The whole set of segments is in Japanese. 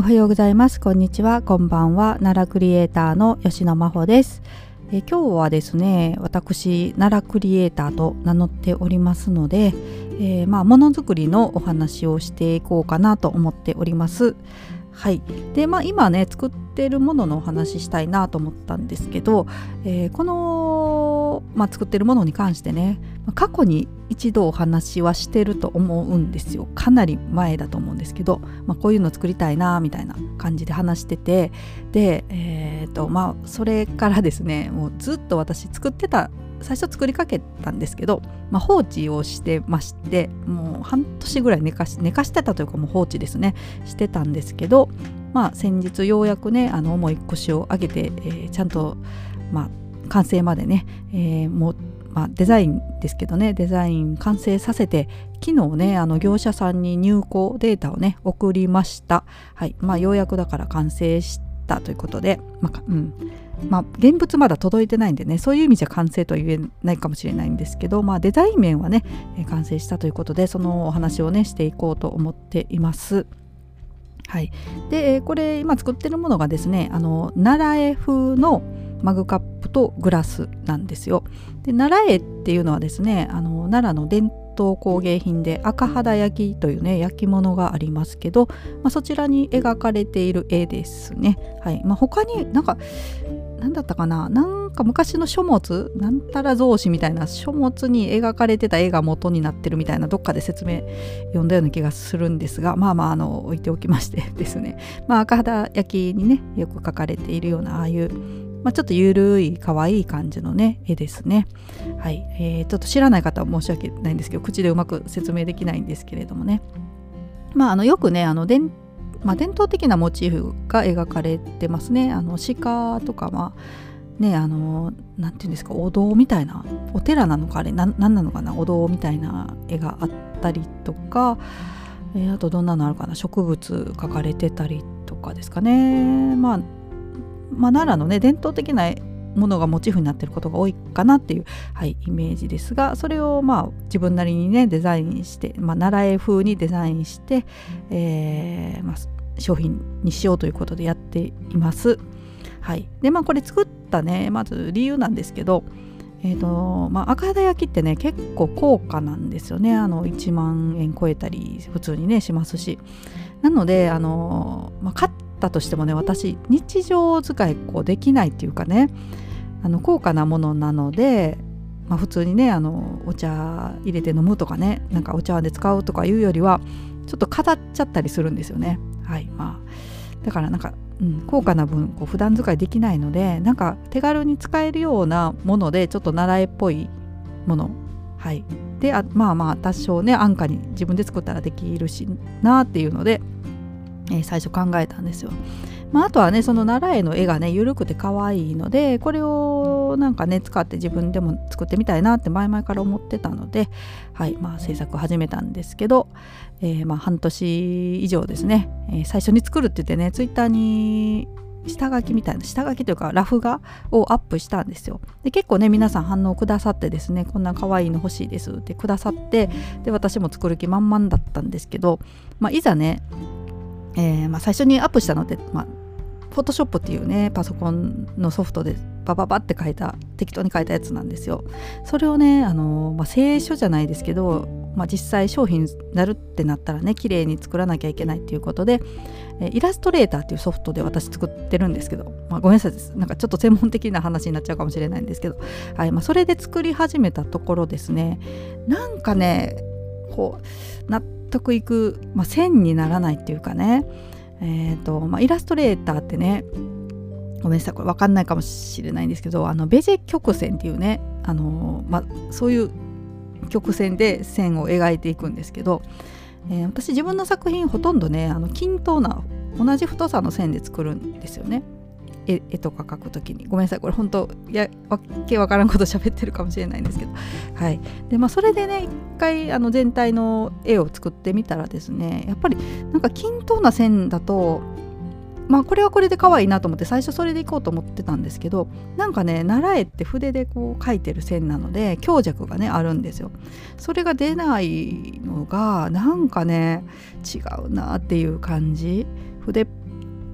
おはようございます。こんにちは、こんばんは。奈良クリエイターの吉野真帆です。今日はですね、私奈良クリエイターと名乗っておりますので、ものづくりのお話をしていこうかなと思っております。はい。で、今ね作っているもののお話ししたいなと思ったんですけど、この、作っているものに関してね、過去に一度お話はしてると思うんですよ。かなり前だと思うんですけど、こういうの作りたいなみたいな感じで話してて、で、それからですね、もうずっと私作ってた、最初作りかけたんですけど、放置をしてまして、もう半年ぐらい寝かしてたというか、もう放置ですねしてたんですけど、先日ようやくね重い腰を上げて、ちゃんと、完成までね、もうデザインですけどね、デザイン完成させて、昨日ね業者さんに入稿データをね送りました。はい。ようやくだから完成したということで、現物まだ届いてないんでね、そういう意味じゃ完成とは言えないかもしれないんですけど、デザイン面はね完成したということで、そのお話をねしていこうと思っています。はい。で、これ今作ってるものがですね、奈良絵風のマグカップとグラスなんですよ。で、奈良絵っていうのはですね、奈良の伝統工芸品で赤肌焼きというね焼き物がありますけど、そちらに描かれている絵ですね。はい。他に何だったかな、なんか昔の書物、なんたら草子みたいな書物に描かれてた絵が元になってるみたいな、どっかで説明読んだような気がするんですが、置いておきましてですね、赤肌焼きにねよく描かれているような、ああいうちょっとゆるい可愛い感じのね絵ですね。はい。ちょっと知らない方は申し訳ないんですけど、口でうまく説明できないんですけれどもね、よくね伝統的なモチーフが描かれてますね。鹿とかなんていうんですか、お堂みたいな、お寺なのかあれなんなのかな、お堂みたいな絵があったりとか、あとどんなのあるかな、植物描かれてたりとかですかね。奈良のね伝統的なものがモチーフになっていることが多いかなっていう、はい、イメージですが、それを自分なりにねデザインして、奈良絵風にデザインして、商品にしようということでやっています。はい。でこれ作ったねまず理由なんですけど、赤肌焼きってね結構高価なんですよね。1万円超えたり普通にねしますし、なので買ったとしてもね、私日常使いできないっていうかね、高価なものなので、普通にねお茶入れて飲むとかね、なんかお茶碗で使うとかいうよりはちょっと飾っちゃったりするんですよね。はい。だから高価な分普段使いできないので、手軽に使えるようなもので、ちょっと奈良絵っぽいもの、はい。で多少ね安価に自分で作ったらできるしなっていうので、最初考えたんですよ。あとはね、その奈良絵の絵がね緩くて可愛いので、これを使って自分でも作ってみたいなって前々から思ってたので、はい。制作を始めたんですけど、半年以上ですね、最初に作るって言ってね、ツイッターに下書きというかラフ画をアップしたんですよ。で、結構ね皆さん反応くださってですね、こんな可愛いの欲しいですってくださって、で私も作る気満々だったんですけど、いざね、最初にアップしたのってフォトショップっていうねパソコンのソフトでバババって適当に書いたやつなんですよ。それをね清書じゃないですけど、実際商品になるってなったらね綺麗に作らなきゃいけないっていうことで、イラストレーターっていうソフトで私作ってるんですけど、ごめんなさいです。ちょっと専門的な話になっちゃうかもしれないんですけど、はい。それで作り始めたところですね、納得いく、線にならないっていうかね、イラストレーターってね、ごめんなさいこれ分かんないかもしれないんですけど、ベジェ曲線っていうね、そういう曲線で線を描いていくんですけど、私自分の作品ほとんどね均等な同じ太さの線で作るんですよね。絵とか描くときに、ごめんなさいこれ本当わけわからんこと喋ってるかもしれないんですけど、はい。でそれでね一回全体の絵を作ってみたらですね、やっぱり均等な線だとこれはこれで可愛いなと思って最初それでいこうと思ってたんですけど、奈良絵って筆で描いてる線なので強弱がねあるんですよ。それが出ないのが違うなっていう感じ。筆っ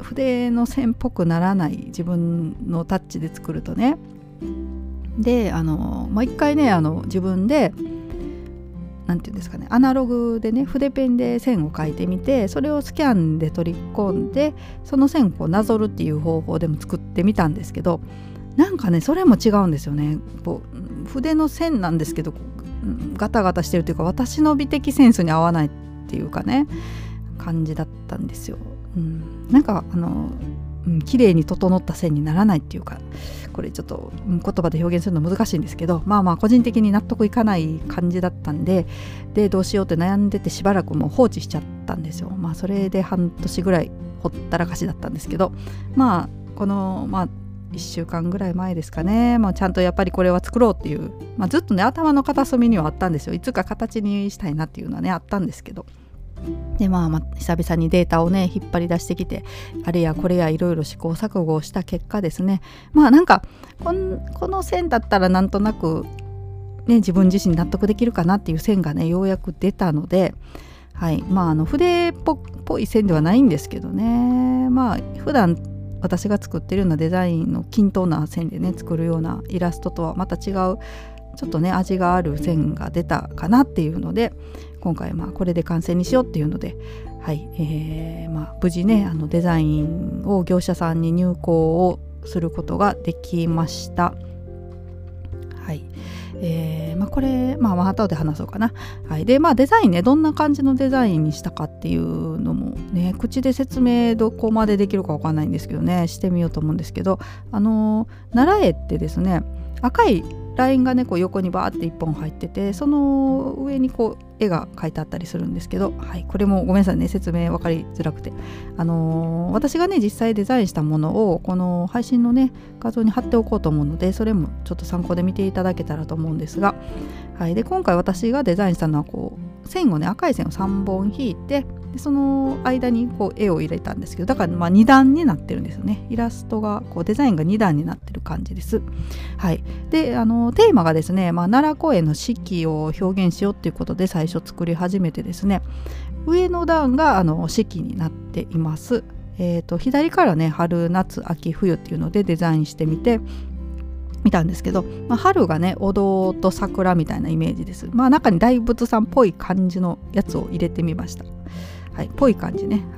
筆の線っぽくならない自分のタッチで作るとね。でもう一回ね自分でなんていうんですかね、アナログでね筆ペンで線を描いてみて、それをスキャンで取り込んでその線をなぞるっていう方法でも作ってみたんですけど、なんかねそれも違うんですよね。こう筆の線なんですけどガタガタしてるというか、私の美的センスに合わないっていうかね感じだったんですよ。なんか綺麗に整った線にならないっていうか、これちょっと言葉で表現するの難しいんですけど、まあ個人的に納得いかない感じだったんで、どうしようって悩んでてしばらくもう放置しちゃったんですよ。それで半年ぐらいほったらかしだったんですけど、この1週間ぐらい前ですかね、ちゃんとやっぱりこれは作ろうっていう、ずっとね頭の片隅にはあったんですよ。いつか形にしたいなっていうのはねあったんですけど、で久々にデータをね引っ張り出してきて、あれやこれやいろいろ試行錯誤をした結果ですね、なんかこの線だったらなんとなく、自分自身納得できるかなっていう線がねようやく出たので、筆っぽい線ではないんですけどね、普段私が作ってるようなデザインの均等な線でね作るようなイラストとはまた違うちょっとね味がある線が出たかなっていうので、今回これで完成にしようっていうので、無事ねデザインを業者さんに入稿をすることができました。これ後で話そうかな。でデザインねどんな感じのデザインにしたかっていうのもね口で説明どこまでできるかわかんないんですけどね、してみようと思うんですけど、奈良絵ってですね赤いラインがねこう横にバーって1本入ってて、その上にこう絵が描いてあったりするんですけど、これもごめんなさいね説明分かりづらくて、私がね実際デザインしたものをこの配信のね画像に貼っておこうと思うので、それもちょっと参考で見ていただけたらと思うんですが、で今回私がデザインしたのはこう線をね赤い線を3本引いて、でその間にこう絵を入れたんですけど、だから2段になってるんですよね。イラストがこうデザインが2段になってる感じです。でテーマがですね、奈良公園の四季を表現しようっていうことで最初作り始めてですね、上の段が四季になっています。左からね春夏秋冬っていうのでデザインしてみたんですけど、春がねお堂と桜みたいなイメージです。中に大仏さんっぽい感じのやつを入れてみました。ぽい感じね。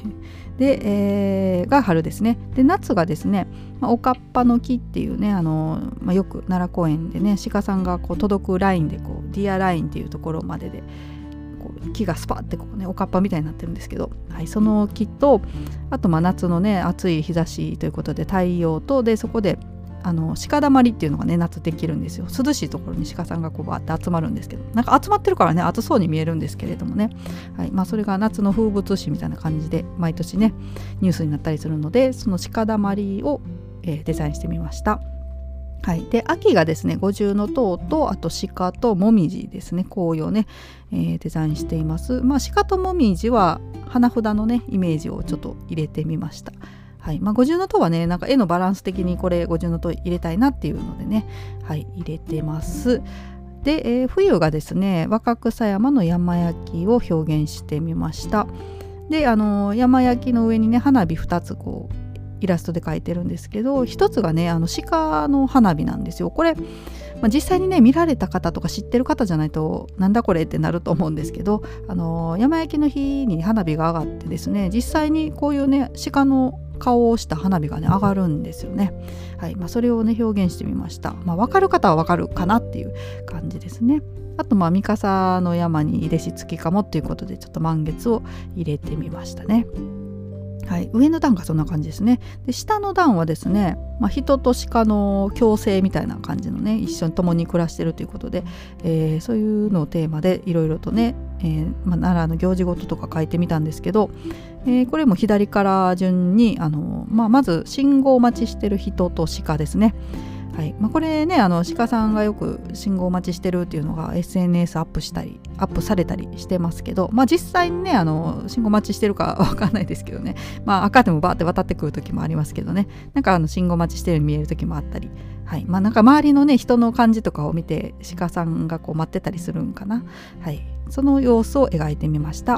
で、が春ですね。で夏がですね、おかっぱの木っていうねよく奈良公園でね鹿さんがこう届くラインでこうディアラインっていうところまででこう木がスパってこうねおかっぱみたいになってるんですけど、その木とあと夏のね暑い日差しということで太陽と、でそこで鹿だまりっていうのがね夏できるんですよ。涼しいところに鹿さんがこうバーって集まるんですけど、なんか集まってるからね暑そうに見えるんですけれどもね、それが夏の風物詩みたいな感じで毎年ねニュースになったりするので、その鹿だまりを、デザインしてみました。で秋がですね五重塔とあと鹿ともみじですね、紅葉ね、デザインしています。鹿ともみじは花札のねイメージをちょっと入れてみました。五重塔はねなんか絵のバランス的にこれ五重塔入れたいなっていうのでね入れてます。で、冬がですね若草山の山焼きを表現してみました。で山焼きの上にね花火2つこうイラストで描いてるんですけど、1つがね鹿の花火なんですよ。これ、実際にね見られた方とか知ってる方じゃないとなんだこれってなると思うんですけど、山焼きの日に花火が上がってですね、実際にこういうね鹿の顔をした花火がね上がるんですよね。それをね表現してみました。分かる方は分かるかなっていう感じですね。あと三笠の山に入れし月かもっていうことでちょっと満月を入れてみましたね。上の段がそんな感じですね。で下の段はですね、人と鹿の共生みたいな感じのね一緒に共に暮らしてるということで、そういうのをテーマでいろいろとね、奈良の行事事とか書いてみたんですけど、これも左から順にまず信号待ちしてる人と鹿ですね。これね鹿さんがよく信号待ちしてるっていうのが SNS アップされたりしてますけど、実際にね信号待ちしてるかわかんないですけどね、赤でもバーって渡ってくる時もありますけどね、なんか信号待ちしてるように見える時もあったり、なんか周りのね人の感じとかを見て鹿さんがこう待ってたりするんかな。その様子を描いてみました。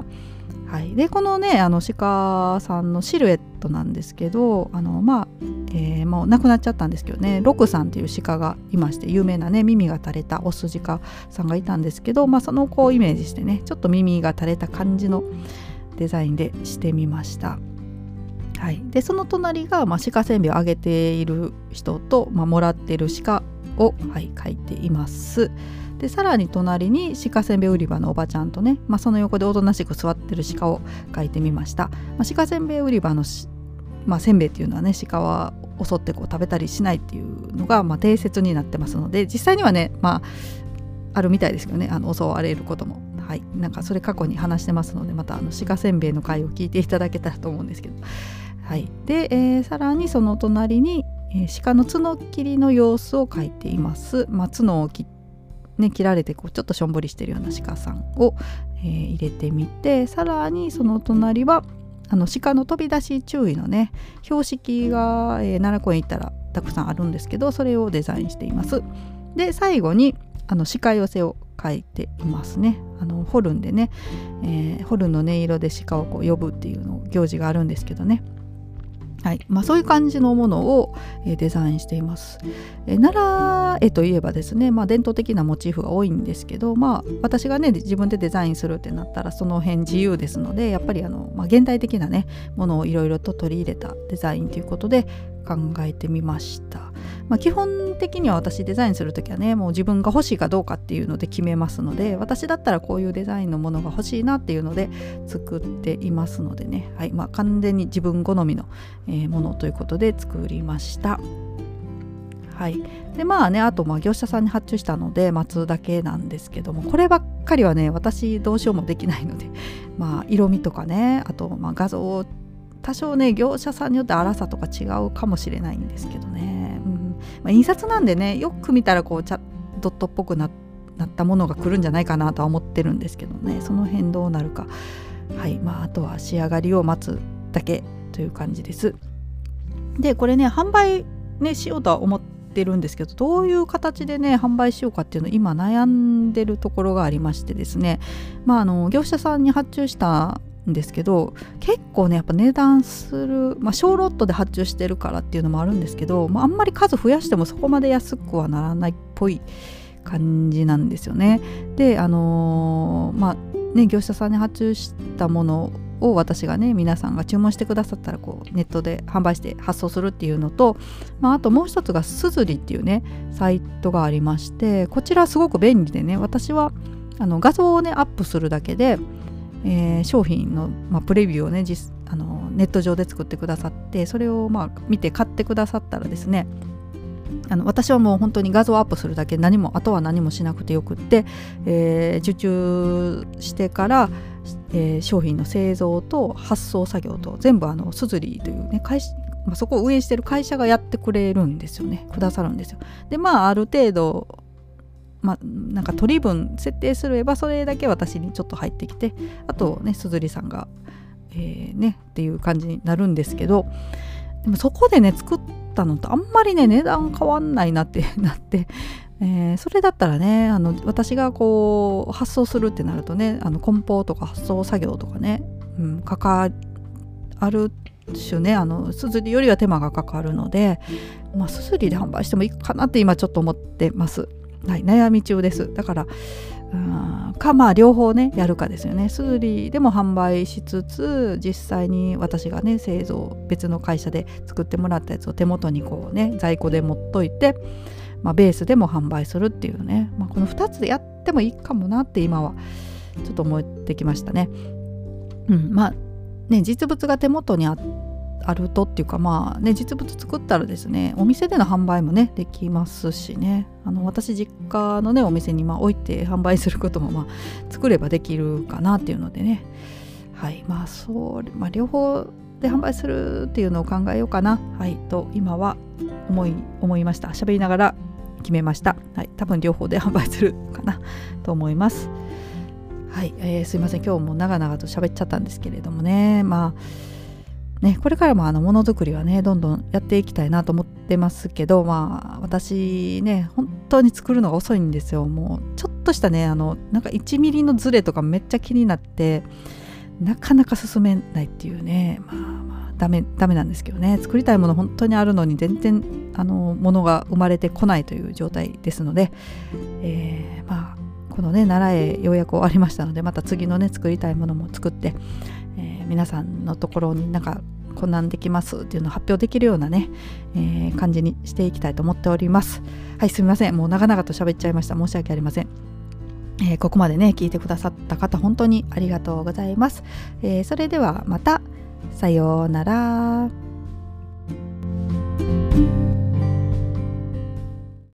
はい、でこのね鹿さんのシルエットなんですけどもう亡くなっちゃったんですけどね、ロクさんっていう鹿がいまして、有名なね耳が垂れたオス鹿さんがいたんですけど、その子をイメージしてね、ちょっと耳が垂れた感じのデザインでしてみました。はい、でその隣が、鹿せんべいをあげている人と、もらっている鹿を、描いています。でさらに隣に鹿せんべい売り場のおばちゃんとね、その横でおとなしく座ってる鹿を描いてみました。鹿せんべい売り場のせんべいっていうのはね、鹿は襲って食べたりしないっていうのが、定説になってますので、実際にはね、あるみたいですけどね、襲われることも、なんかそれ過去に話してますので、また鹿せんべいの回を聞いていただけたらと思うんですけど、で、さらにその隣に、鹿の角切りの様子を描いています。角を切られてちょっとしょんぼりしてるような鹿さんを、入れてみて、さらにその隣は鹿の飛び出し注意のね標識が、奈良公園行ったらたくさんあるんですけど、それをデザインしています。で最後に鹿寄せを描いていますね。ホルンでね、ホルンの音色で鹿を呼ぶっていうの行事があるんですけどね、そういう感じのものをデザインしています。奈良絵といえばですね、伝統的なモチーフが多いんですけど、私がね自分でデザインするってなったらその辺自由ですので、やっぱり現代的なねものをいろいろと取り入れたデザインということで考えてみました。基本的には私デザインするときはね、もう自分が欲しいかどうかっていうので決めますので、私だったらこういうデザインのものが欲しいなっていうので作っていますのでね、完全に自分好みのものということで作りました。であと業者さんに発注したので待つだけなんですけども、こればっかりはね私どうしようもできないので、色味とかね、あと画像を多少ね業者さんによって粗さとか違うかもしれないんですけどね、印刷なんでね、よく見たらドットっぽくなったものが来るんじゃないかなとは思ってるんですけどね、その辺どうなるか、あとは仕上がりを待つだけという感じです。でこれね販売ねしようとは思ってるんですけど、どういう形でね販売しようかっていうのを今悩んでるところがありましてですね、業者さんに発注したんですけど、結構ねやっぱ値段する、小ロットで発注してるからっていうのもあるんですけど、あんまり数増やしてもそこまで安くはならないっぽい感じなんですよね。で業者さんに発注したものを私がね皆さんが注文してくださったらネットで販売して発送するっていうのと、あともう一つがすずりっていうねサイトがありまして、こちらすごく便利でね、私は画像をねアップするだけで、商品の、プレビューをねネット上で作ってくださって、それを見て買ってくださったらですね、私はもう本当に画像をアップするだけ、あとは何もしなくてよくって、受注してから、商品の製造と発送作業と全部すずりというね会社、そこを運営している会社がやってくれるんですよね、くださるんですよ。である程度なんか取り分設定すればそれだけ私にちょっと入ってきて、あとねすずりさんが、っていう感じになるんですけど、でもそこでね作ったのとあんまりね値段変わんないなってなって、それだったらね私が発送するってなるとね梱包とか発送作業とかね、ある種ねすずりよりは手間がかかるので、すずりで販売してもいいかなって今ちょっと思ってます。悩み中です。だから両方ねやるかですよね。すずりでも販売しつつ、実際に私がね製造別の会社で作ってもらったやつを手元に在庫で持っといて、ベースでも販売するっていうね、この2つでやってもいいかもなって今はちょっと思ってきましたね。実物が手元にあるとっていうか、実物作ったらですねお店での販売もねできますしね、私実家のねお店に置いて販売することも作ればできるかなっていうのでね、両方で販売するっていうのを考えようかな、と今は思いました。喋りながら決めました。多分両方で販売するかなと思います。すいません、今日も長々と喋っちゃったんですけれどもね、これからもものづくりはねどんどんやっていきたいなと思ってますけど、私ね本当に作るのが遅いんですよ。もうちょっとしたねなんか1ミリのズレとかめっちゃ気になって、 なかなか進めないっていうね、ダメなんですけどね。作りたいもの本当にあるのに全然ものが生まれてこないという状態ですので、このね習えようやく終わりましたので、また次のね作りたいものも作って、皆さんのところになんかこんなんできますっていうのを発表できるようなね、感じにしていきたいと思っております。はい、すみません、もう長々と喋っちゃいました。申し訳ありません。ここまでね聞いてくださった方本当にありがとうございます。それではまた、さようなら。